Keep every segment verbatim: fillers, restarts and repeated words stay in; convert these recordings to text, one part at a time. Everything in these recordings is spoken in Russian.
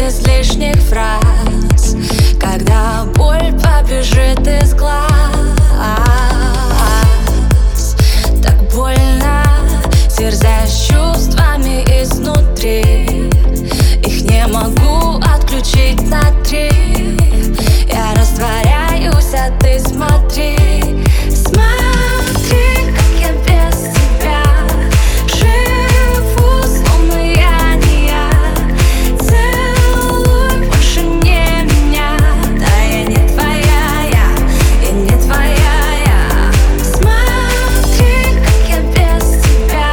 без лишних фраз, когда боль побежит из глаз. Так больно, терзаясь чувствами изнутри, их не могу отключить на три. Я растворяюсь, а ты смотри. Смотри, как я без тебя живу, словно я не я. Целуй больше не меня, да я не твоя, я, я не твоя, я. Смотри, как я без тебя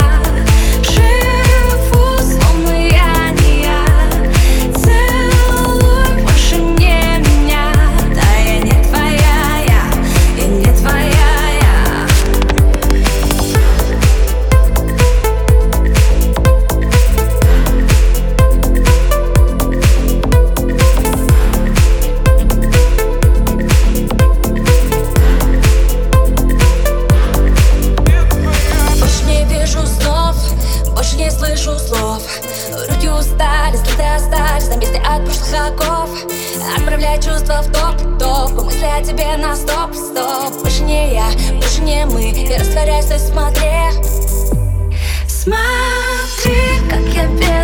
живу, словно я не я. Целуй больше не меня, да я не твоя, я, я не твоя, я. Больше не вижу снов, больше не слышу слов. Руки устали, следы остались на месте от прошлых оков. Отправляй чувства в топ-топ, мысли о тебе на стоп-стоп. Больше не я, больше не мы, я растворяюсь, ты смотри. Смотри, как я без